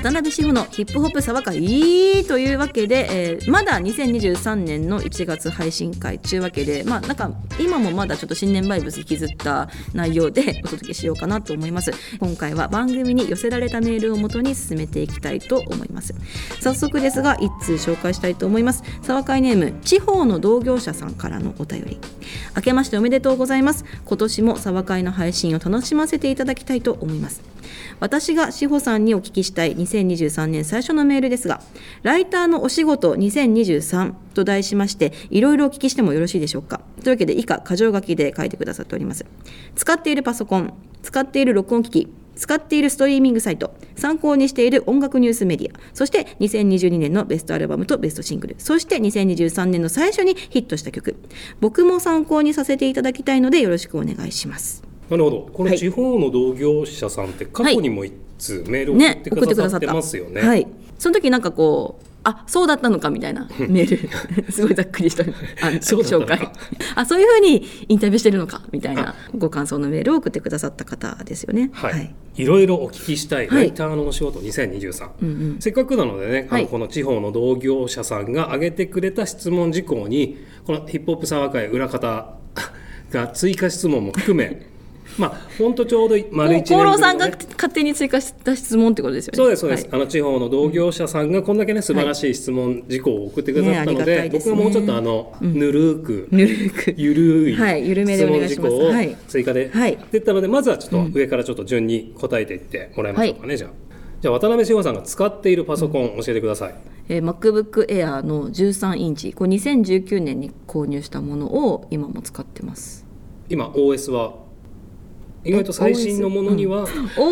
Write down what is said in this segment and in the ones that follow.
渡辺志保のヒップホップ爽快というわけで、まだ2023年の1月配信会というわけで、なんか今もまだちょっと新年バイブス引きずった内容でお届けしようかなと思います。今回は番組に寄せられたメールをもとに進めていきたいと思います。早速ですが1通紹介したいと思います。爽快ネーム地方の同業者さんからのお便り。明けましておめでとうございます。今年も爽快な配信を楽しませていただきたいと思います。私が志保さんにお聞きしたい2023年最初のメールですが、ライターのお仕事2023と題しましていろいろお聞きしてもよろしいでしょうか。というわけで以下箇条書きで書いてくださっております。使っているパソコン、使っている録音機器、使っているストリーミングサイト、参考にしている音楽ニュースメディア、そして2022年のベストアルバムとベストシングル、そして2023年の最初にヒットした曲、僕も参考にさせていただきたいのでよろしくお願いします。 なるほど。この地方の同業者さんって過去にも一通メールを送ってくださってますよね。 はい、その時なんかこうそうだったのかみたいなメールすごいざっくりした紹介そういうふうにインタビューしてるのかみたいなご感想のメールを送ってくださった方ですよね。 はい、いろいろお聞きしたいライターのお仕事2023、せっかくなのでね、この地方の同業者さんが挙げてくれた質問事項にこのヒップホップ爽快裏方が追加質問も含め本当ちょうど丸1年厚労さんが勝手に追加した質問ってことですよね。 そうですそうです、地方の同業者さんがこんだけね素晴らしい質問事項を送ってくださったので、僕がもうちょっとぬるくゆるい質問事項を追加で出たので、まずはちょっと上からちょっと順に答えていってもらいましょうかね。じゃあ渡辺志保さんが使っているパソコン教えてください。 MacBook Air の13インチ、これ2019年に購入したものを今も使ってます。 今 OS は意外と最新のものには、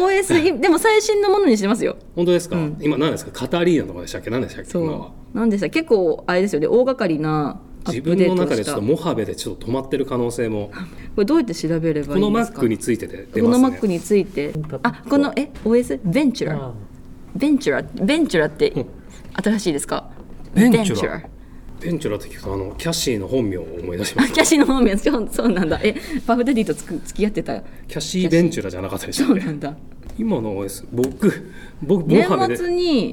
OS でも最新のものにしてますよ。 本当ですか。今何ですか、カタリーナとかでしたっけ、何でしたっけ。今は何でしたっけ。結構あれですよね、大掛かりなアップデートした。 自分の中でちょっとモハベでちょっと止まってる可能性もこれどうやって調べればいいんですか。この Mac についてで出ますね。 この Mac についてこのOS ベンチュラって新しいですか。 ベンチュラって聞くとキャシーの本名を思い出します。 キャシーの本名、そうなんだ。パフダディと付き合ってたキャシーベンチュラじゃなかったでしたっけ。 そうなんだ。 今の OS 僕年末に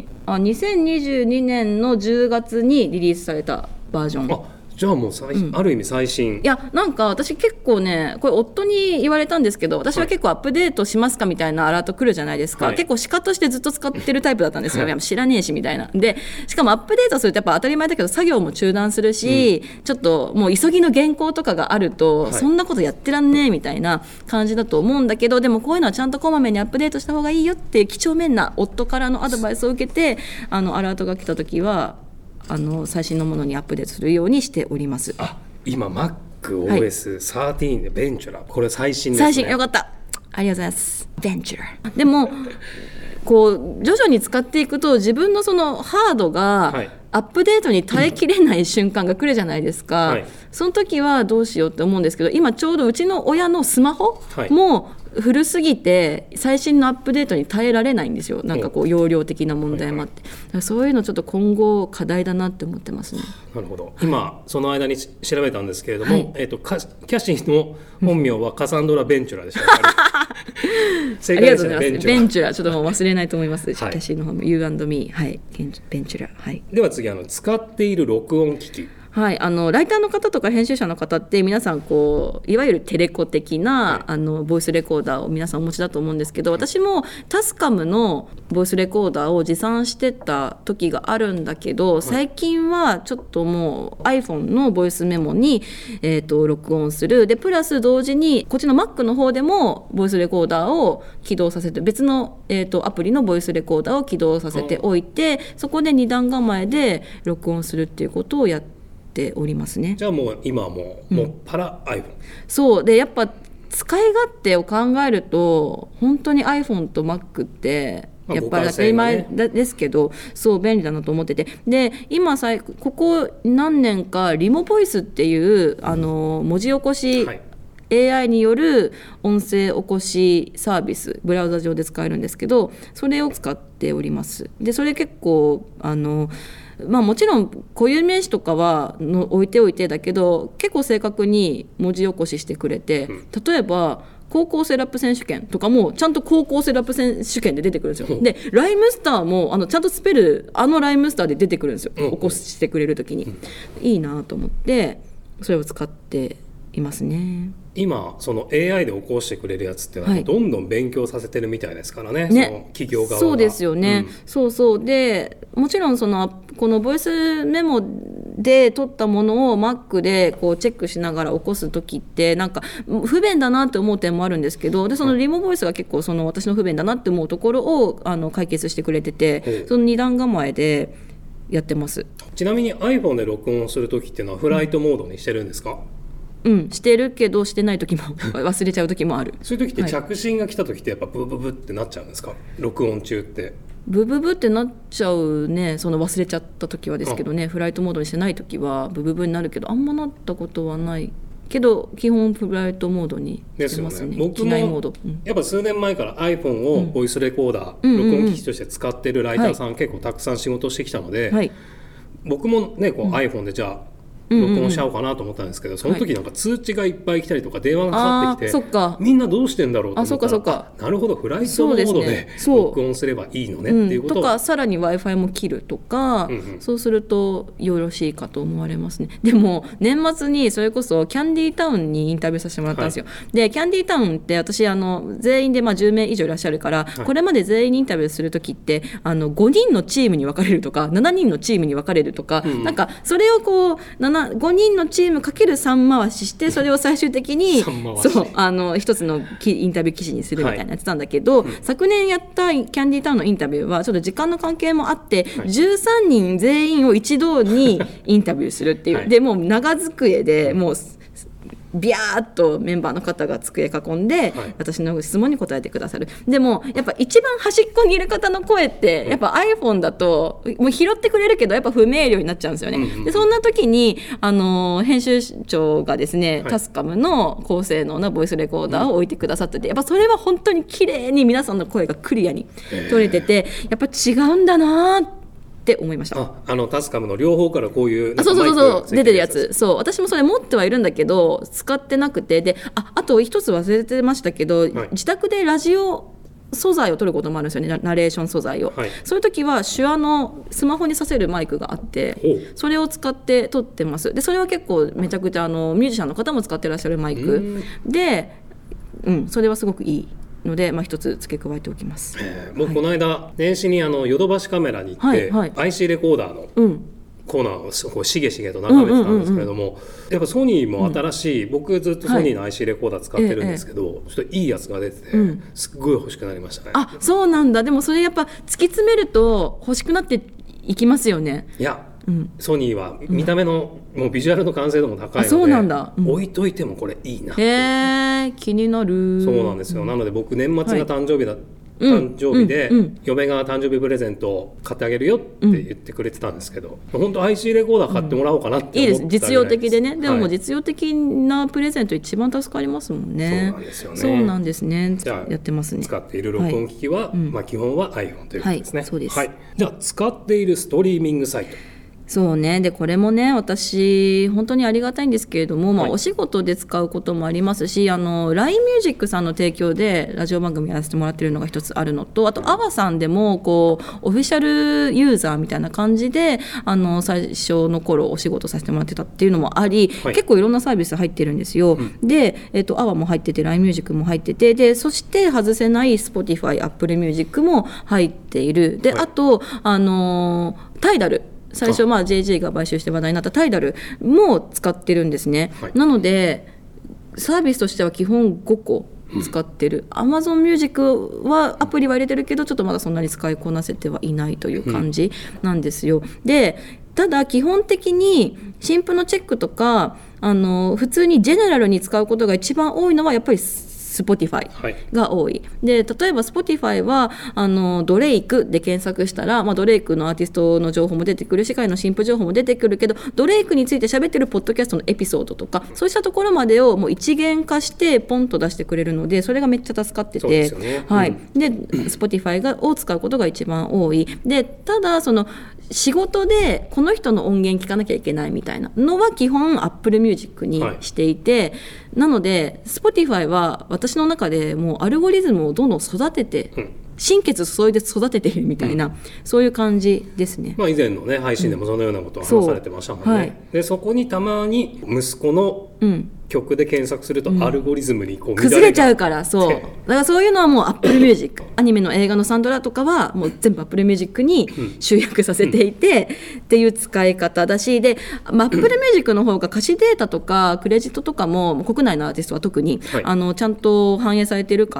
2022年の10月にリリースされたバージョン。 じゃあもうある意味最新。 いやなんか私結構ね、これ夫に言われたんですけど、私は結構アップデートしますかみたいなアラート来るじゃないですか。結構シカとしてずっと使ってるタイプだったんですよ。いや知らねえしみたいな。でしかもアップデートするとやっぱ当たり前だけど作業も中断するし、ちょっともう急ぎの原稿とかがあると、そんなことやってらんねえみたいな感じだと思うんだけど、でもこういうのはちゃんとこまめにアップデートした方がいいよっていう几帳面な夫からのアドバイスを受けて、アラートが来た時は最新のものにアップデートするようにしております。 今 MacOS13 でベンチュラ、これ最新ですね。 最新、よかった、ありがとうございます。ベンチュラでもこう徐々に使っていくと自分のそのハードがアップデートに耐えきれない瞬間が来るじゃないですか、その時はどうしようって思うんですけど、今ちょうどうちの親のスマホも古すぎて最新のアップデートに耐えられないんですよ。なんかこう容量的な問題もあって、そういうのちょっと今後課題だなって思ってますね。 なるほど。今その間に調べたんですけれども、キャシーの本名はカサンドラ・ベンチュラでした。正解ですね。 ベンチュラ、ちょっともう忘れないと思います。キャシーの本名 You&Me、ベンチュラ。 では次、使っている録音機器。 ライターの方とか編集者の方って皆さんこういわゆるテレコ的な、ボイスレコーダーを皆さんお持ちだと思うんですけど、私もタスカムのボイスレコーダーを持参してた時があるんだけど、最近はちょっともう iPhone のボイスメモに、録音するで、プラス同時にこっちの Mac の方でもボイスレコーダーを起動させて、別の、アプリのボイスレコーダーを起動させておいて、そこで2段構えで録音するっていうことをやっておりますね。 じゃあもう今はもうパラ iPhone。 そうで、やっぱ使い勝手を考えると本当に iPhone と Mac ってやっぱり当たり前ですけど、そう便利だなと思ってて、で今ここ何年かリモボイスっていう文字起こし、AI による音声起こしサービス、ブラウザ上で使えるんですけど、それを使っております。でそれ結構もちろん固有名詞とかは置いておいてだけど、結構正確に文字起こししてくれて、例えば高校生ラップ選手権とかもちゃんと高校生ラップ選手権で出てくるんですよ。でライムスターもちゃんとスペルライムスターで出てくるんですよ、起こしてくれる時に、いいなと思ってそれを使っていますね。 今その AI で起こしてくれるやつってのはどんどん勉強させてるみたいですからね、その企業側が。 そうですよね、そうそうでもちろんこのボイスメモで取ったものを Mac でこうチェックしながら起こす時ってなんか不便だなって思う点もあるんですけど、でそのリモボイスが結構私の不便だなって思うところを解決してくれてて、その2段構えでやってます。 ちなみに iPhone で録音する時っていうのはフライトモードにしてるんですか？ してるけどしてない時も忘れちゃう時もある。 そういう時って着信が来た時ってやっぱブブブってなっちゃうんですか？録音中ってブブブってなっちゃうね、その忘れちゃった時はですけどね。フライトモードにしてない時はブブブになるけど、あんまなったことはないけど基本フライトモードにしてますね。 僕もやっぱ数年前から iPhone をボイスレコーダー、録音機器として使ってるライターさん、結構たくさん仕事してきたので、僕もねこう iPhone でじゃあ録音しちゃおうかなと思ったんど、その時なんか通知がいっぱい来たりとか電話がかかってきて、みんなどうしてんだろうと思ったら、なるほどフライトモードで録音すればいいのねっていうこととか、さらに Wi-Fi も切るとか、そうするとよろしいかと思われますね。でも年末にそれこそキャンディータウンにインタビューさせてもらったんですよ、でキャンディータウンって私全員で10名以上いらっしゃるから、これまで全員にインタビューする時って5人のチームに分かれるとか7人のチームに分かれるとか、なんかそれをこう5人のチームかける3回しして、それを最終的に一つのインタビュー記事にするみたいなやってたんだけど、昨年やったキャンディータウンのインタビューはちょっと時間の関係もあって、13人全員を一堂にインタビューするっていう、でもう長机でもうビャーっとメンバーの方が机囲んで、私の質問に答えてくださる。でもやっぱ一番端っこにいる方の声ってやっぱ iPhone だともう拾ってくれるけどやっぱ不明瞭になっちゃうんですよね、でそんな時に編集長がですね、タスカムの高性能なボイスレコーダーを置いてくださってて、やっぱそれは本当に綺麗に皆さんの声がクリアに取れてて、やっぱ違うんだなって思いました。 タスカムの両方からこういうそう出てるやつ、私もそれ持ってはいるんだけど使ってなくて、であと一つ忘れてましたけど、自宅でラジオ素材を取ることもあるんですよね、ナレーション素材を、そういう時は手話のスマホにさせるマイクがあって、それを使って撮ってます。でそれは結構めちゃくちゃミュージシャンの方も使ってらっしゃるマイクで、それはすごくいいので、一つ付け加えておきます。 僕この間年始にヨドバシカメラに行って、IC レコーダーのコーナーをこうしげしげと眺めてたんですけれども、やっぱソニーも新しい、僕ずっとソニーの IC レコーダー使ってるんですけど、ちょっといいやつが出てて、すっごい欲しくなりましたね。 そうなんだ。でもそれやっぱ突き詰めると欲しくなっていきますよね。 いや、ソニーは見た目の、もうビジュアルの完成度も高いので、 そうなんだ、 置いといてもこれいいなって。 気になる。 そうなんですよ。なので僕年末が誕生日で、嫁が誕生日プレゼントを買ってあげるよって言ってくれてたんですけど、本当 IC レコーダー買ってもらおうかなって思ってたぐらいです。いいです、実用的でね。でも実用的なプレゼント一番助かりますもんね。 そうなんですよね。 そうなんですね。 じゃあやってますね。 使っている録音機器は、基本は iPhone ということですね。 そうです。 じゃあ使っているストリーミングサイト。 そうね。でこれもね、私本当にありがたいんですけれども、お仕事で使うこともありますし、LINE ミュージックさんの提供でラジオ番組やらせてもらってるのが一つあるのと、あとAWAさんでもこうオフィシャルユーザーみたいな感じで最初の頃お仕事させてもらってたっていうのもあり、結構いろんなサービス入ってるんですよ、で、AWAも入ってて LINE ミュージックも入ってて、でそして外せない Spotify、Apple Music も入っている。であとタイダル、最初JG が買収して話題になったタイダルも使ってるんですね、なのでサービスとしては基本5個使ってる、Amazon Music はアプリは入れてるけどちょっとまだそんなに使いこなせてはいないという感じなんですよ、でただ基本的に新譜のチェックとか普通にジェネラルに使うことが一番多いのはやっぱりSpotify が多い、で例えば Spotify はドレイクで検索したら、ドレイクのアーティストの情報も出てくるし、彼の新譜情報も出てくるけど、ドレイクについて喋ってるポッドキャストのエピソードとかそうしたところまでをもう一元化してポンと出してくれるので、それがめっちゃ助かってて、で Spotify を使うことが一番多い。でただその仕事でこの人の音源聞かなきゃいけないみたいなのは基本 Apple Music にしていて、なので Spotify は私の中でもうアルゴリズムをどんどん育てて、心血注いで育てているみたいな、そういう感じですね。 以前のね配信でもそのようなことを話されてましたもんね。でそこにたまに息子の曲で検索するとアルゴリズムにこう崩れちゃうから、そうだからそういうのはもう Apple Music アニメの映画のサントラとかはもう全部 Apple Music に集約させていて、っていう使い方だし、で、Apple Music の方が歌詞データとかクレジットとかも国内のアーティストは特に、ちゃんと反映されてるから、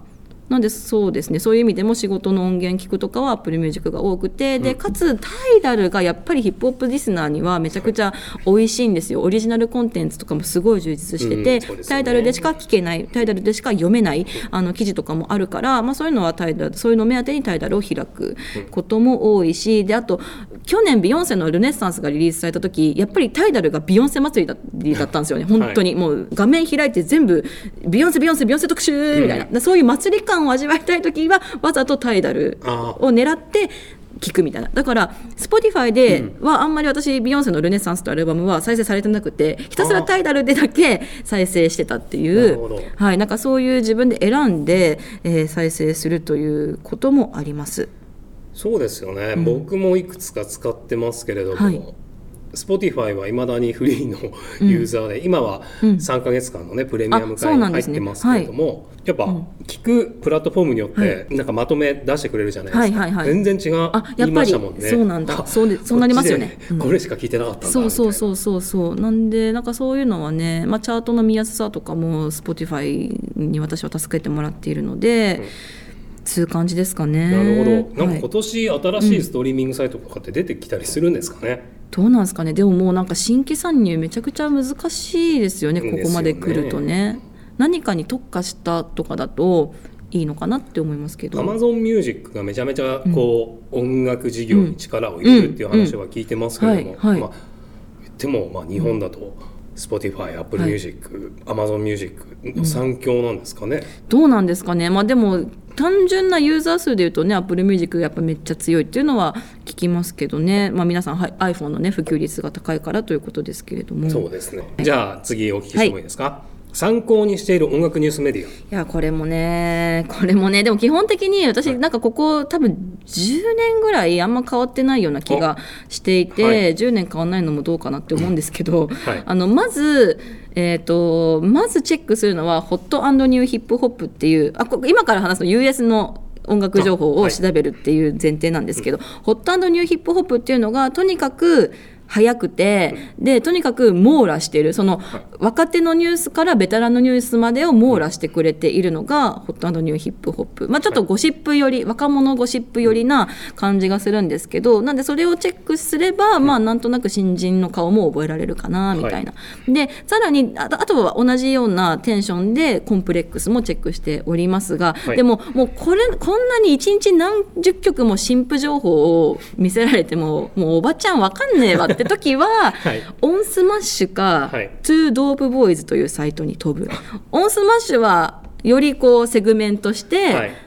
なんでそうですね、そういう意味でも仕事の音源聞くとかは Apple Music が多くて、でかつタイダルがやっぱりヒップホップリスナーにはめちゃくちゃ美味しいんですよ。オリジナルコンテンツとかもすごい充実してて、タイダルでしか聞けない、タイダルでしか読めない記事とかもあるから、そういうのはタイダル、そういうのを目当てにタイダルを開くことも多いし、であと去年ビヨンセのルネッサンスがリリースされた時、やっぱりタイダルがビヨンセ祭りだったんですよね。本当にもう画面開いて全部ビヨンセ特集みたいな、そういう祭り感を味わいたい時はわざとタイダルを狙って聞くみたいな。だから Spotify ではあんまり私ビヨンセのルネッサンスというアルバムは再生されてなくて、ひたすらタイダルでだけ再生してたっていう、なんかそういう自分で選んで、再生するということもあります。 そうですよね、僕もいくつか使ってますけれども、Spotify はいまだにフリーのユーザーで、今は3ヶ月間の、ね、プレミアム会に入ってますけれども、やっぱ聞くプラットフォームによってなんかまとめ出してくれるじゃないですか、全然違いましたもんね。 そうなんだ、そうなりますよね。 これしか聞いてなかったんだみたいな。 そうなんで、なんかそういうのはね、チャートの見やすさとかも Spotify に私は助けてもらっているので、そういう感じですかね。 なるほど。なんか今年新しいストリーミングサイトとかって出てきたりするんですかね。 どうなんですかね。でももうなんか新規参入めちゃくちゃ難しいですよね、ここまで来るとね。何かに特化したとかだといいのかなって思いますけど、 Amazon Music がめちゃめちゃこう、音楽事業に力を入れるっていう話は聞いてますけども、言っても日本だとSpotify、Apple Music、Amazon Music の3強なんですかね。 どうなんですかね。でも単純なユーザー数でいうとね、Apple Music やっぱめっちゃ強いっていうのは聞きますけどね。皆さん、iPhone のね普及率が高いからということですけれども。 そうですね。じゃあ次お聞きしてもいいですか。参考にしている音楽ニュースメディア。 いやこれもねでも基本的に私なんかここ多分10年ぐらいあんま変わってないような気がしていて、10年変わんないのもどうかなって思うんですけど、まずチェックするのはホット&ニューヒップホップっていう、今から話すの US の音楽情報を調べるっていう前提なんですけど、ホット&ニューヒップホップっていうのがとにかく早くて、でとにかく網羅している、その若手のニュースからベテランのニュースまでを網羅してくれているのがホット&ニューヒップホップ、ちょっとゴシップより、若者ゴシップよりな感じがするんですけど、なんでそれをチェックすれば、なんとなく新人の顔も覚えられるかなみたいな、でさらにあとは同じようなテンションでコンプレックスもチェックしておりますが、でももうこんなに1日何十曲も新譜情報を見せられてもうおばちゃんわかんねえわって時は、オンスマッシュか、トゥードープボーイズというサイトに飛ぶ。オンスマッシュはよりこうセグメントして、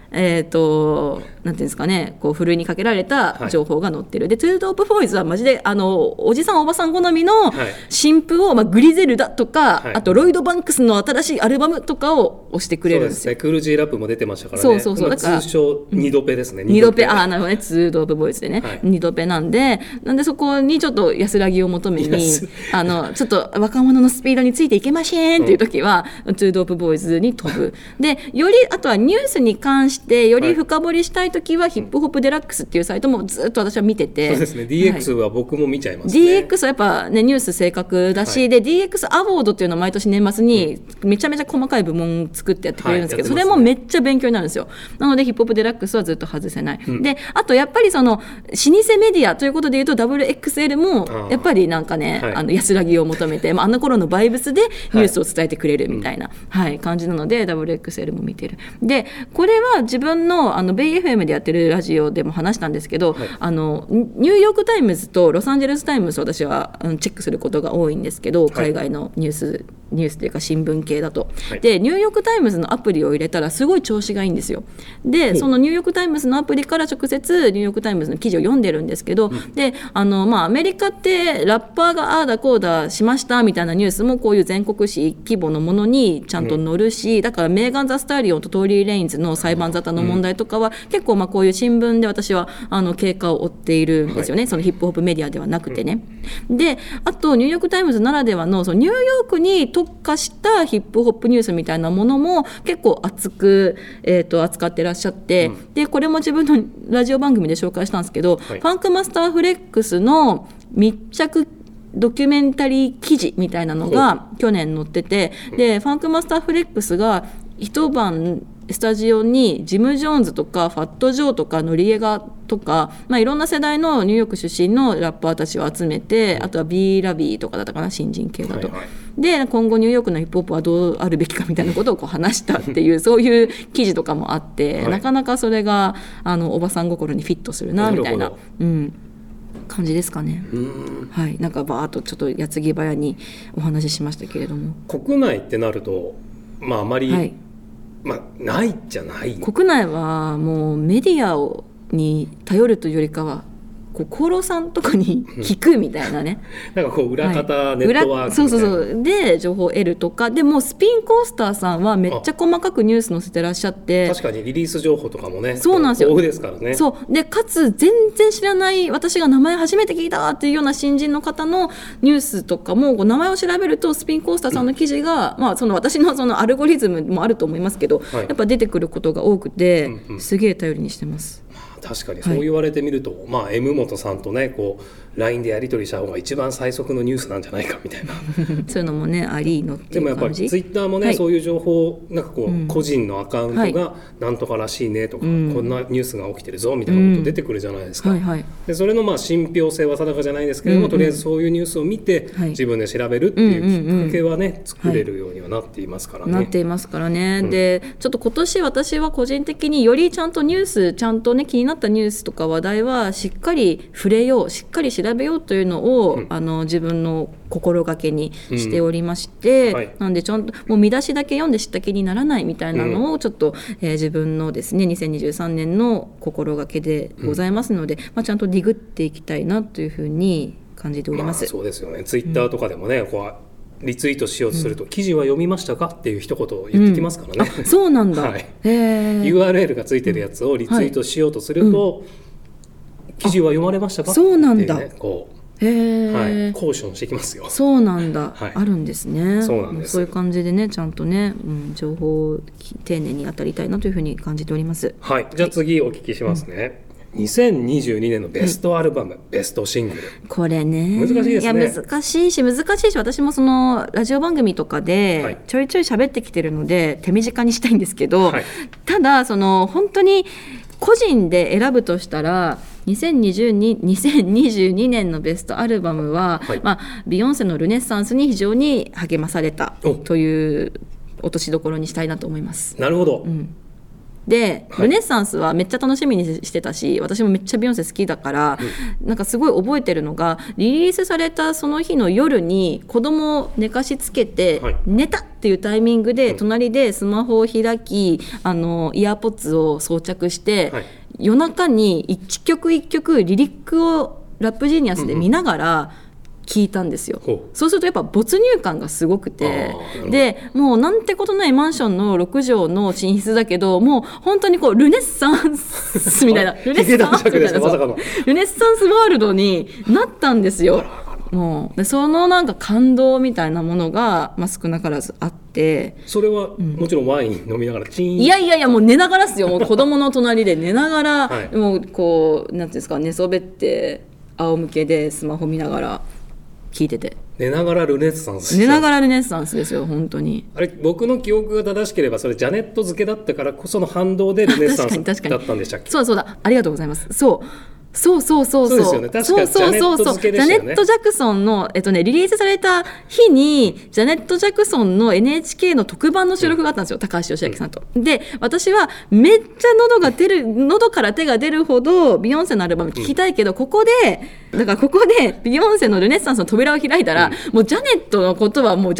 なんていうんですかね、こうふるいにかけられた情報が載ってる。でトゥードープボーイズはマジでおじさんおばさん好みの新譜を、グリゼルダとか、あとロイド・バンクスの新しいアルバムとかを押してくれるんですよ。 そうですね、クール G ラップも出てましたからね。そうだから通称2ドペですね。 2ドペ、なるほどね、ツードープボーイズでね、2ドペなんでそこにちょっと安らぎを求めにちょっと若者のスピードについていけませんっていう時は、トゥードープボーイズに飛ぶ。でよりあとはニュースに関してより深掘りしたいときは、ヒップホップデラックスっていうサイトもずっと私は見てて。 そうですね、DX は僕も見ちゃいますね。 DX はやっぱねニュース正確だし、で DX アワードっていうのを毎年年末にめちゃめちゃ細かい部門作ってやってくれるんですけど、それもめっちゃ勉強になるんですよ。なのでヒップホップデラックスはずっと外せない、であとやっぱりその老舗メディアということでいうと WXL もやっぱりなんかね、安らぎを求めて、あの頃のバイブスでニュースを伝えてくれるみたいな、感じなので WXL も見てる。でこれは自分のベイ FM でやってるラジオでも話したんですけど、ニューヨークタイムズとロサンゼルスタイムズを私はチェックすることが多いんですけど、海外のニュースニュースというか新聞系だと、でニューヨークタイムズのアプリを入れたらすごい調子がいいんですよ。でそのニューヨークタイムズのアプリから直接ニューヨークタイムズの記事を読んでるんですけど、でアメリカってラッパーがああだこうだしましたみたいなニュースもこういう全国紙規模のものにちゃんと載るし、だからメーガン・ザ・スターリオンとトーリー・レインズの裁判沙汰の問題とかは結構こういう新聞で私は経過を追っているんですよね、そのヒップホップメディアではなくてね。であとニューヨークタイムズならではのそのニューヨークに特化したヒップホップニュースみたいなものも結構熱く、扱ってらっしゃって、でこれも自分のラジオ番組で紹介したんですけど、ファンクマスターフレックスの密着ドキュメンタリー記事みたいなのが去年載ってて、でファンクマスターフレックスが一晩スタジオにジム・ジョーンズとかファット・ジョーとかノリエガとか、いろんな世代のニューヨーク出身のラッパーたちを集めて、あとはビー・ラビーとかだったかな、新人系だと、で今後ニューヨークのヒップホップはどうあるべきかみたいなことを話したっていうそういう記事とかもあって、なかなかそれがおばさん心にフィットするなみたいな、感じですかね。なんかバーッとちょっと矢継ぎ早にお話ししましたけれども、 国内ってなるとあまり、ないじゃない。 国内はもうメディアに頼るというよりかは厚労さんとかに聞くみたいなねなんか裏方ネットワークみたいな、 そうで情報を得るとか、でもスピンコースターさんはめっちゃ細かくニュース載せてらっしゃって、 確かにリリース情報とかもね、 そうなんですよ、 豊富ですからね。 そうでかつ全然知らない私が名前初めて聞いたっていうような新人の方のニュースとかも名前を調べるとスピンコースターさんの記事が、その私のそのアルゴリズムもあると思いますけど、やっぱ出てくることが多くて、すげえ頼りにしてます。 確かにそう言われてみると、M 本さんとねLINE でやり取りした方が一番最速のニュースなんじゃないかみたいなそういうのもねありのっていう感じ。 でもやっぱりツイッターもね、そういう情報なんか個人のアカウントがなんとからしいねとか、こんなニュースが起きてるぞみたいなこと出てくるじゃないですか、でそれの信憑性は定かじゃないですけれども、とりあえずそういうニュースを見て、自分で調べるっていうきっかけはね、作れるようにはなっていますからね。 なっていますからね、でちょっと今年私は個人的によりちゃんとニュースちゃんとね気になったニュースとか話題はしっかり触れよう、しっかり調べようというのを、自分の心がけにしておりまして、なんでちゃんともう見出しだけ読んで知った気にならないみたいなのをちょっと、自分のですね2023年の心がけでございますので、ちゃんとディグっていきたいなというふうに感じております。 そうですよね。ツイッターとかでもね、リツイートしようとすると、記事は読みましたかっていう一言を言ってきますからね、 そうなんだ、 URL がついてるやつをリツイートしようとすると、記事は読まれましたかっていうね、 そうなんだ、 コーションしてきますよ。 そうなんだ、あるんですね。 そうなんです。 そういう感じでねちゃんとね、情報を丁寧に当たりたいなというふうに感じております。 じゃあ次お聞きしますね、2022年のベストアルバム、ベストシングル、 これね難しいですね。 難しいし私もそのラジオ番組とかでちょいちょい喋ってきてるので手短にしたいんですけど、ただその本当に個人で選ぶとしたら2022年のベストアルバムは、ビヨンセのルネッサンスに非常に励まされたという落としどころにしたいなと思います。 なるほど、 で、ルネッサンスはめっちゃ楽しみにしてたし、私もめっちゃビヨンセ好きだから、なんかすごい覚えてるのがリリースされたその日の夜に子供を寝かしつけて、寝たっていうタイミングで隣でスマホを開き、イヤーポッツを装着して、夜中に一曲一曲リリックをラップジーニアスで見ながら聞いたんですよ。そうするとやっぱ没入感がすごくて、でもうなんてことないマンションの6畳の寝室だけど、もう本当にルネッサンスみたいなルネッサンスみたいなルネッサンスワールドになったんですよ。もうでそのなんか感動みたいなものが、少なからずあって、 それはもちろんワイン飲みながらチーン、 いやもう寝ながらですよ。もう子供の隣で寝ながら、もうなんていうんですか、寝そべって仰向けでスマホ見ながら聞いてて、 寝ながらルネッサンス、 寝ながらルネッサンスですよ本当に。 あれ僕の記憶が正しければそれジャネット漬けだったからこその反動でルネッサンスだったんでしたっけ。 そうだ、ありがとうございます。そうですよね。確かジャネット漬けでしたよね。 ジャネット・ジャクソンの、リリースされた日にジャネット・ジャクソンの NHK の特番の収録があったんですよ、高橋義明さんと。で私はめっちゃ喉から手が出るほどビヨンセのアルバム聴きたいけど、ここでビヨンセのルネッサンスの扉を開いたら、もうジャネットのことはもうジャネット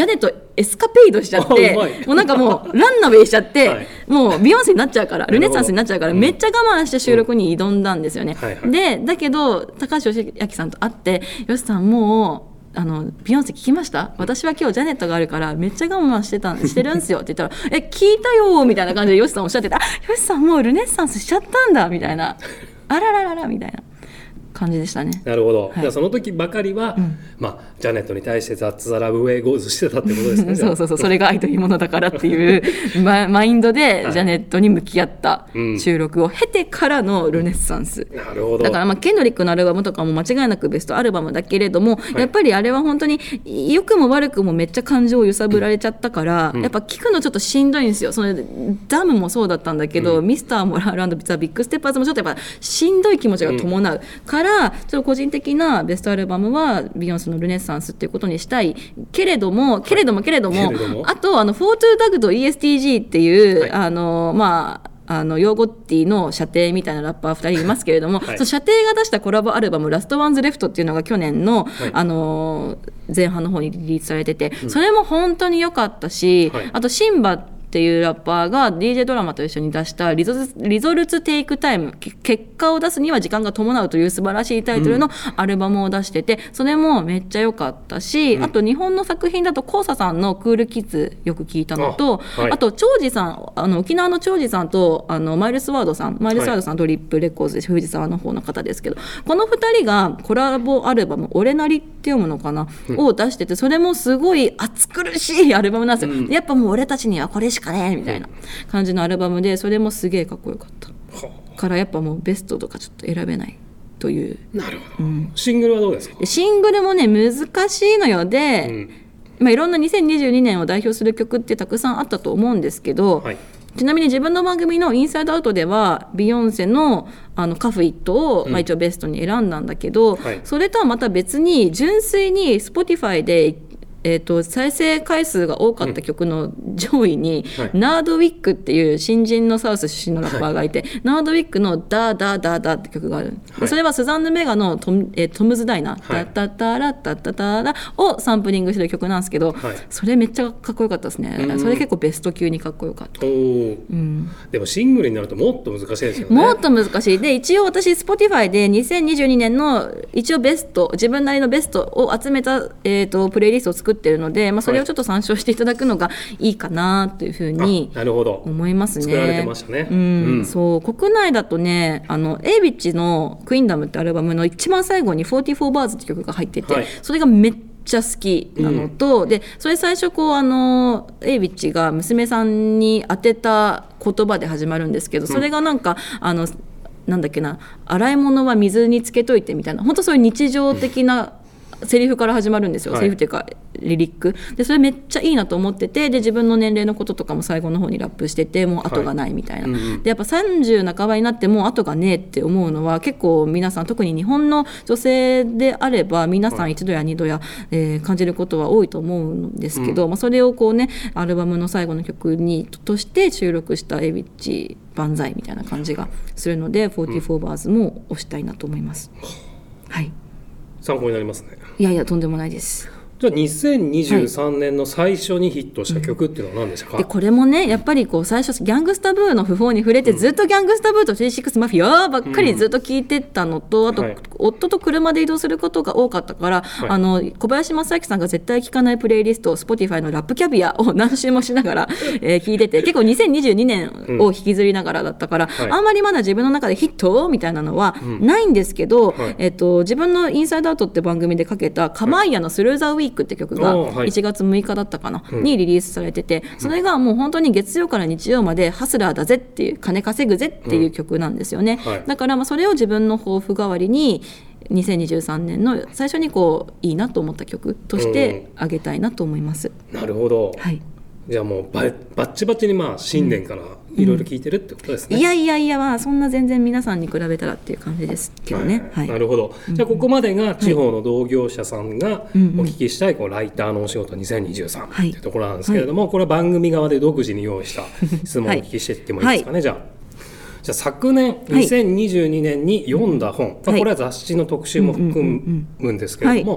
エスカペイドしちゃってもうなんかもうランナウェイしちゃって、はい、もうビヨンセになっちゃうからルネッサンスになっちゃうからめっちゃ我慢して収録に挑んだんですよね、はいはい、でだけど高橋義明さんと会ってよしさんもうビヨンセ聞きました？私は今日ジャネットがあるからめっちゃ我慢してるんですよって言ったら聞いたよみたいな感じでヨシさんおっしゃってた。ヨシさんもうルネッサンスしちゃったんだみたいなあららららみたいな感じでしたね。 なるほど、はい、じゃあその時ばかりは、ジャネットに対してザッツ・ザ・ラブ・ウェイ・ゴーズしてたってことですねそうそれが愛というものだからっていうマインドでジャネットに向き合った収録を経てからのルネッサンス、 なるほど。 だからケンドリックのアルバムとかも間違いなくベストアルバムだけれども、やっぱりあれは本当に良くも悪くもめっちゃ感情を揺さぶられちゃったから、やっぱ聞くのちょっとしんどいんですよ。そのダムもそうだったんだけど、ミスター・モラル&ザ・ビッグ・ステッパーズもちょっとやっぱしんどい気持ちが伴うから、ちょっと個人的なベストアルバムはビヨンセのルネッサンスっていうことにしたいけれども、あとフォートゥダグと ESTG っていう、ヨーゴッティの射程みたいなラッパー2人いますけれども、その射程が出したコラボアルバムラストワンズレフトっていうのが去年の、前半の方にリリースされてて、それも本当に良かったし、あとシンバっていうラッパーが DJ ドラマと一緒に出したリゾルツテイクタイム、結果を出すには時間が伴うという素晴らしいタイトルのアルバムを出してて、それもめっちゃ良かったし、あと日本の作品だとコーサさんのクールキッズよく聞いたのと、あと長司さん、沖縄の長司さんとマイルスワードさんドリップレコーズで藤沢の方の方ですけど、この2人がコラボアルバム俺なりって読むのかな、を出してて、それもすごい暑苦しいアルバムなんですよ、やっぱもう俺たちにはこれしかねみたいな感じのアルバムで、それもすげえかっこよかったからやっぱもうベストとかちょっと選べないという。 なるほど、シングルはどうですか？ シングルもね難しいのよで、いろんな2022年を代表する曲ってたくさんあったと思うんですけど、ちなみに自分の番組のインサイドアウトではビヨンセのカフイットを一応ベストに選んだんだけど、それとはまた別に純粋に Spotify で再生回数が多かった曲の上位に、ナードウィックっていう新人のサウス出身のラッパーがいて、ナードウィックのダーダーダーダーって曲がある、それはスザンヌ・メガのトムズ・ダイナー、タタタラタタタラをサンプリングしてる曲なんですけど、それめっちゃかっこよかったですね。それ結構ベスト級にかっこよかった。でもシングルになるともっと難しいですよね。 もっと難しい。で一応私 Spotify で2022年の一応ベスト、自分なりのベストを集めた、プレイリストを作ってるので、それをちょっと参照していただくのがいいかなというふうに思いますね。 作られてましたね。 そう国内だとね、エイビッチのクインダムってアルバムの一番最後に44バーズって曲が入ってて、それがめっちゃ好きなのと、でそれ最初エイビッチが娘さんに当てた言葉で始まるんですけど、それがなんかなんだっけな、洗い物は水につけといてみたいな、本当そういう日常的なセリフから始まるんですよ、セリフっていうかリリックで、それめっちゃいいなと思ってて、で自分の年齢のこととかも最後の方にラップしてて、もう後がないみたいな、でやっぱ30半ばになってもう後がねえって思うのは結構皆さん、特に日本の女性であれば皆さん一度や二度や、感じることは多いと思うんですけど、それをこうねアルバムの最後の曲にとして収録したエイビッチ万歳みたいな感じがするので、44バーズも推したいなと思います。 参考になりますね。 いやいやとんでもないです。 じゃあ2023年の最初にヒットした曲っていうのは何でしたか？ でこれもねやっぱり最初ギャングスタブーの訃報に触れて、ずっとギャングスタブーと J6 マフィアばっかりずっと聞いてたのと、あと、夫と車で移動することが多かったから、小林正明さんが絶対聴かないプレイリスト Spotify のラップキャビアを何周もしながら、聞いてて、結構2022年を引きずりながらだったから、あんまりまだ自分の中でヒットみたいなのはないんですけど、自分のインサイドアウトって番組でかけたカマイヤのスルーザーウィークって曲が1月6日だったかな、にリリースされてて、それがもう本当に月曜から日曜までハスラーだぜっていう、金稼ぐぜっていう曲なんですよね。だからそれを自分の抱負代わりに2023年の最初にいいなと思った曲としてあげたいなと思います。 なるほど、じゃあもうバッチバチに新年からいろいろ聞いてるってことですね。 いやいや、そんな全然皆さんに比べたらっていう感じですけどね。 なるほど。じゃあここまでが地方の同業者さんがお聞きしたいライターのお仕事2023っていうところなんですけれども、これは番組側で独自に用意した質問をお聞きしていってもいいですかね。じゃあ昨年2022年に読んだ本、これは雑誌の特集も含むんですけれども、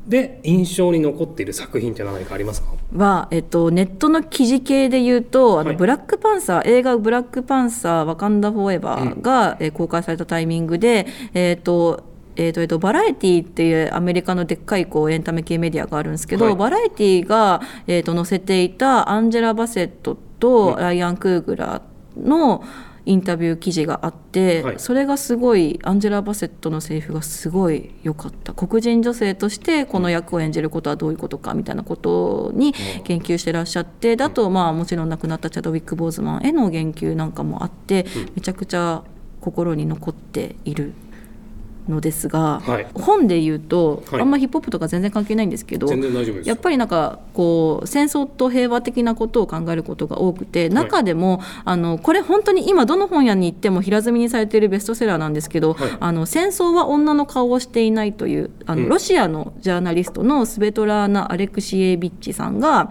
で印象に残っている作品って何かありますか？ は、ネットの記事系で言うとブラックパンサー、映画ブラックパンサーワカンダフォーエバーが、公開されたタイミングで、バラエティっていうアメリカのでっかいエンタメ系メディアがあるんですけど、バラエティが、載せていたアンジェラ・バセットとライアン・クーグラーのインタビュー記事があって、それがすごいアンジェラ・バセットのセリフがすごい良かった。黒人女性としてこの役を演じることはどういうことかみたいなことに言及してらっしゃって、だともちろん亡くなったチャドウィック・ボーズマンへの言及なんかもあって、めちゃくちゃ心に残っているのですが、本で言うと、あんまヒップホップとか全然関係ないんですけど、やっぱり戦争と平和的なことを考えることが多くて、中でもこれ本当に今どの本屋に行っても平積みにされているベストセラーなんですけど、戦争は女の顔をしていないというロシアのジャーナリストのスベトラーナ・アレクシエービッチさんが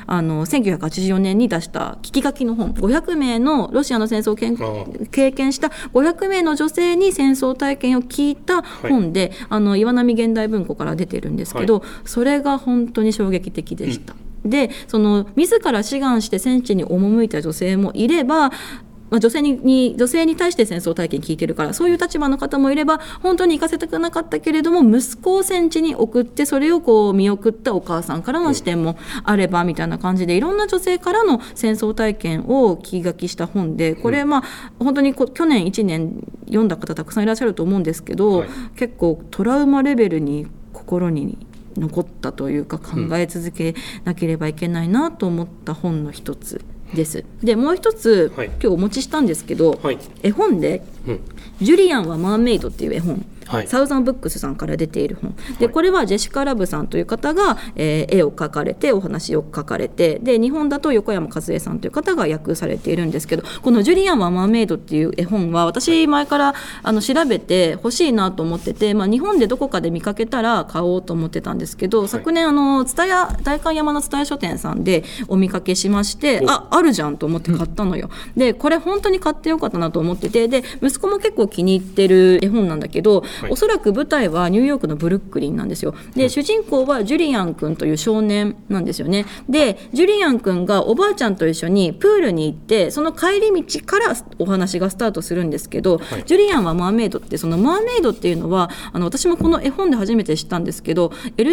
1984年に出した聞き書きの本、500名のロシアの戦争を経験した500名の女性に戦争体験を聞いて本で、岩波現代文庫から出てるんですけど、それが本当に衝撃的でした。で自ら志願して戦地に赴いた女性もいれば、女性に対して戦争体験聞いてるから、そういう立場の方もいれば、本当に行かせたくなかったけれども息子を戦地に送ってそれを見送ったお母さんからの視点もあればみたいな感じで、いろんな女性からの戦争体験を聞き書きした本で、これ本当に去年1年読んだ方たくさんいらっしゃると思うんですけど、結構トラウマレベルに心に残ったというか、考え続けなければいけないなと思った本の一つです。でもう一つ、今日お持ちしたんですけど、絵本で、ジュリアンはマーメイドっていう絵本、サウザンブックスさんから出ている本で、これはジェシカ・ラブさんという方が、絵を描かれてお話を書かれて、で日本だと横山和恵さんという方が訳されているんですけど、このジュリアンはマーメイドっていう絵本は私前から調べて欲しいなと思ってて、日本でどこかで見かけたら買おうと思ってたんですけど、昨年代官山の蔦屋書店さんでお見かけしまして、あるじゃんと思って買ったのよ。でこれ本当に買ってよかったなと思ってて、で息子も結構気に入ってる絵本なんだけど、おそらく舞台はニューヨークのブルックリンなんですよ。で主人公はジュリアン君という少年なんですよね。でジュリアン君がおばあちゃんと一緒にプールに行って、その帰り道からお話がスタートするんですけど、ジュリアンはマーメイドって、そのマーメイドっていうのは私もこの絵本で初めて知ったんですけど、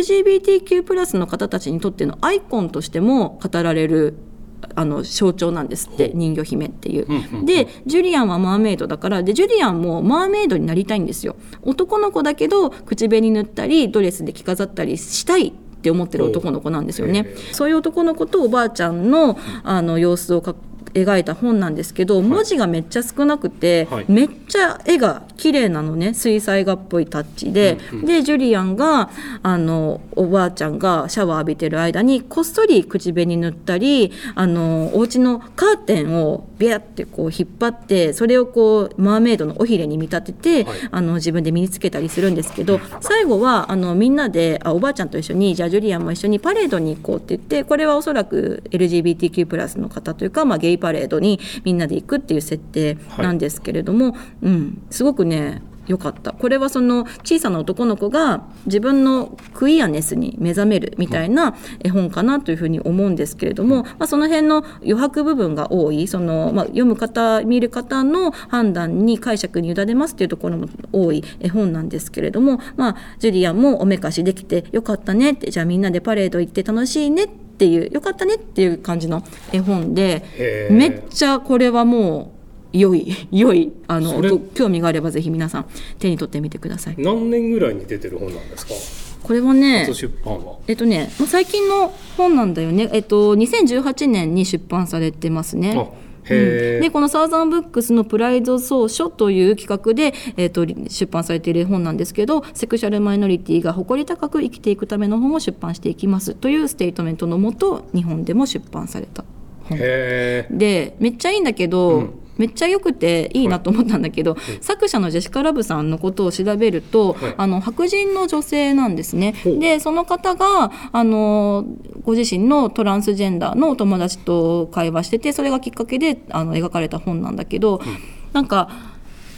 LGBTQ+ の方たちにとってのアイコンとしても語られる象徴なんですって、人魚姫っていう。でジュリアンはマーメイドだから、でジュリアンもマーメイドになりたいんですよ。男の子だけど口紅塗ったりドレスで着飾ったりしたいって思ってる男の子なんですよね。そういう男の子とおばあちゃんの様子を描いた本なんですけど、文字がめっちゃ少なくて、めっちゃ絵が綺麗なのね。水彩画っぽいタッチで、でジュリアンがおばあちゃんがシャワー浴びてる間にこっそり口紅塗ったり、お家のカーテンをビャって引っ張って、それをマーメイドの尾ひれに見立てて、自分で身につけたりするんですけど、最後はみんなでおばあちゃんと一緒に、じゃあジュリアンも一緒にパレードに行こうって言って、これはおそらく LGBTQ+ の方というか、ゲイパレードにみんなで行くっていう設定なんですけれども、すごくね良かった。これはその小さな男の子が自分のクイアネスに目覚めるみたいな絵本かなというふうに思うんですけれども、その辺の余白部分が多い、読む方見る方の判断に解釈に委ねますというところも多い絵本なんですけれども、ジュリアンもおめかしできてよかったねって、じゃあみんなでパレード行って楽しいねっていう、よかったねっていう感じの絵本で、めっちゃこれはもう良い興味があればぜひ皆さん手に取ってみてください。 何年ぐらいに出てる本なんですか？ これはね、 出版は最近の本なんだよね。2018年に出版されてますね。でこのサウザンブックスのプライド総書という企画で、出版されている本なんですけど、セクシャルマイノリティが誇り高く生きていくための本を出版していきますというステートメントのもと、日本でも出版された本で、めっちゃいいんだけど、めっちゃ良くていいなと思ったんだけど、作者のジェシカ・ラブさんのことを調べると、白人の女性なんですね。でその方がご自身のトランスジェンダーのお友達と会話してて、それがきっかけで描かれた本なんだけど、なんか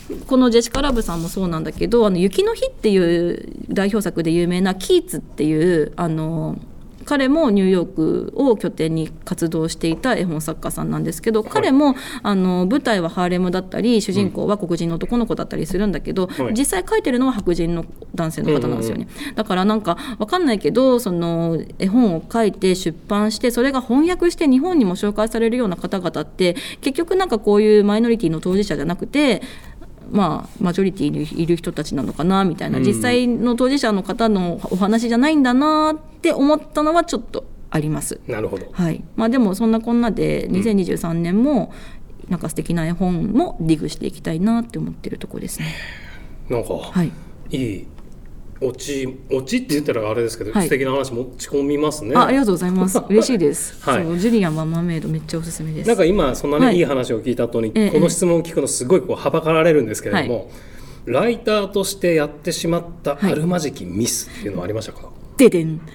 このジェシカ・ラブさんもそうなんだけど、雪の日っていう代表作で有名なキーツっていう彼もニューヨークを拠点に活動していた絵本作家さんなんですけど、彼も舞台はハーレムだったり主人公は黒人の男の子だったりするんだけど、実際描いてるのは白人の男性の方なんですよね。だからなんか分かんないけど、その絵本を書いて出版してそれが翻訳して日本にも紹介されるような方々って結局なんかこういうマイノリティの当事者じゃなくて、マジョリティにいる人たちなのかなみたいな、実際の当事者の方のお話じゃないんだなって思ったのはちょっとあります。 なるほど、 はい。でもそんなこんなで2023年もなんか素敵な絵本もディグしていきたいなって思ってるところですね。 なんか、いいオチって言ったらあれですけど、素敵な話持ち込みますね。 ありがとうございます嬉しいです、そうジュリアンはマーメイドめっちゃおすすめです。 なんか今そんなにいい話を聞いた後に、この質問を聞くのすごいこうはばかられるんですけれども、ライターとしてやってしまったあるまじきミスっていうのはありましたか？ ででん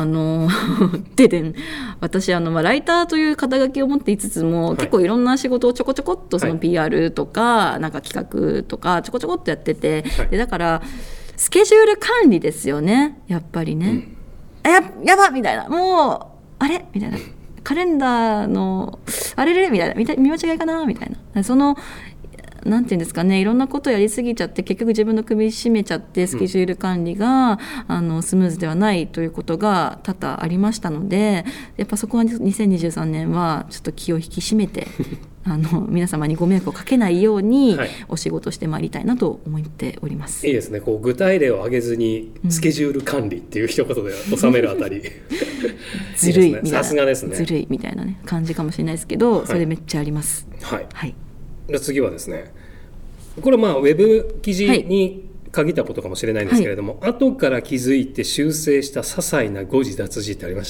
私ライターという肩書きを持っていつつも、結構いろんな仕事をちょこちょこっとその PR とか、なんか企画とかちょこちょこっとやってて、でだからスケジュール管理ですよね、やっぱりね、やばみたいな、もうあれみたいな、カレンダーのあれれみたいな、見間違いかなみたいな、そのなんていうんですかね、いろんなことやりすぎちゃって結局自分の首絞めちゃってスケジュール管理がスムーズではないということが多々ありましたので、やっぱそこは2023年はちょっと気を引き締めて皆様にご迷惑をかけないようにお仕事してまいりたいなと思っております。 いいですね、こう具体例を挙げずにスケジュール管理っていう一言で収めるあたり、 ずるいみたいな、 さすがですね、 ずるいみたいな、ね、感じかもしれないですけど、それめっちゃあります。 じゃ次はですね、これウェブ記事に限ったことかもしれないんですけれども、後から気づいて修正した些細な誤字脱字ってありました？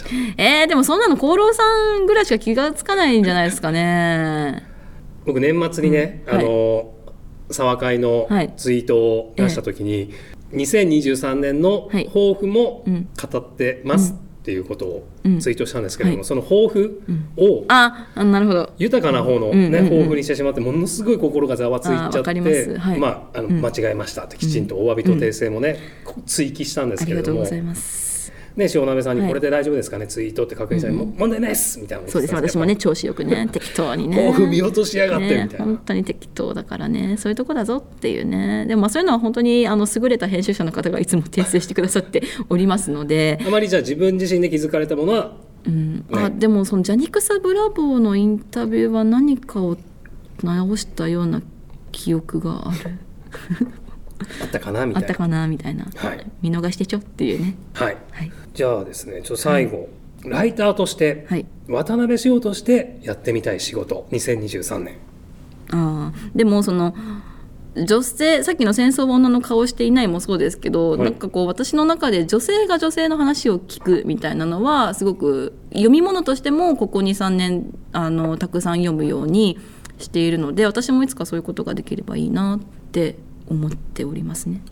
でもそんなの功労さんぐらいしか気がつかないんじゃないですかね。 僕年末にね、沢会のツイートを出した時に、2023年の抱負も語ってますっていうことをツイートしたんですけれども、その抱負をなるほど、 豊かな方の、抱負にしてしまって、ものすごい心がざわついちゃって、間違えましたってきちんとお詫びと訂正もね、追記したんですけれども、ありがとうございます。塩鍋さんにこれで大丈夫ですかね、ツイートって確認したら、問題ないですみたいな。 そうです、私もね調子よくね適当にね抱負見落としやがってみたいな、 本当に適当だからね、そういうとこだぞっていうね。でもそういうのは本当に優れた編集者の方がいつも訂正してくださっておりますので、 あまりじゃあ自分自身で気づかれたものは、 でもそのジャニクサブラボーのインタビューは何かを直したような記憶があるあったかなみたいな、 見逃してちょっていうね。 じゃあですね、最後、ライターとして、渡辺志保としてやってみたい仕事2023年。 でもその女性、さっきの戦争は女の顔をしていないもそうですけど、なんかこう私の中で女性が女性の話を聞くみたいなのはすごく読み物としてもここ 2,3 年たくさん読むようにしているので、私もいつかそういうことができればいいなって思っておりますね。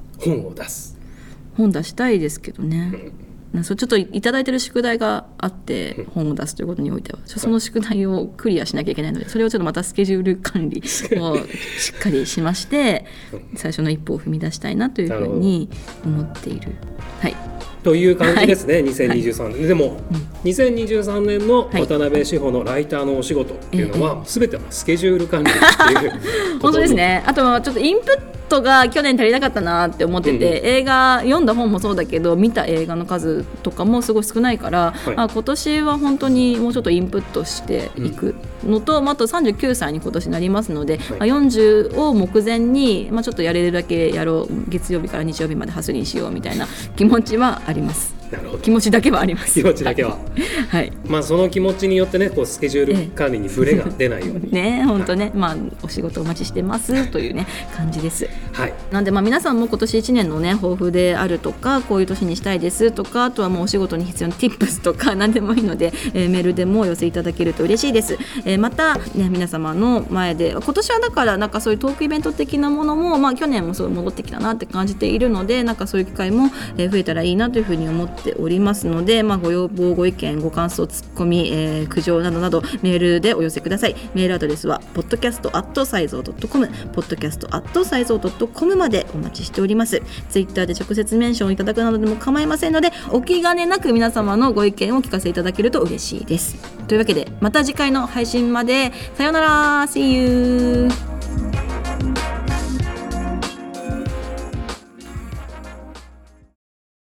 本出したいですけどね、ちょっといただいてる宿題があって、本を出すということにおいてはその宿題をクリアしなきゃいけないので、それをちょっとまたスケジュール管理をしっかりしまして最初の一歩を踏み出したいなというふうに思っている。 という感じですね、2023年。でも、2023年の渡辺志保のライターのお仕事っていうのは、全てスケジュール管理っていう本当ですね。あとはちょっとインプットが去年足りなかったなって思ってて、映画読んだ本もそうだけど見た映画の数とかもすごい少ないから、今年は本当にもうちょっとインプットしていくのと、あと39歳に今年なりますので、40を目前に、ちょっとやれるだけやろう、月曜日から日曜日までハスリンしようみたいな気持ちはあります。 なるほど、 気持ちだけはあります。 気持ちだけはその気持ちによってね、こうスケジュール管理にブレが出ないようにね、本当ね、お仕事お待ちしてますというね感じです。なんで皆さんも今年1年のね抱負であるとか、こういう年にしたいですとか、あとはもうお仕事に必要な Tips とか何でもいいので、メールでもお寄せいただけると嬉しいです。また、皆様の前で今年はだからなんかそういうトークイベント的なものも、去年もそう戻ってきたなって感じているので、なんかそういう機会も増えたらいいなというふうに思ってっておりますので、ご要望ご意見ご感想ツッコミ、苦情などなどメールでお寄せください。メールアドレスは podcast@saizo.com podcast@saizo.com までお待ちしております。ツイッターで直接メンションいただくなどでも構いませんので、お気兼ねなく皆様のご意見を聞かせていただけると嬉しいです。というわけでまた次回の配信までさようなら See you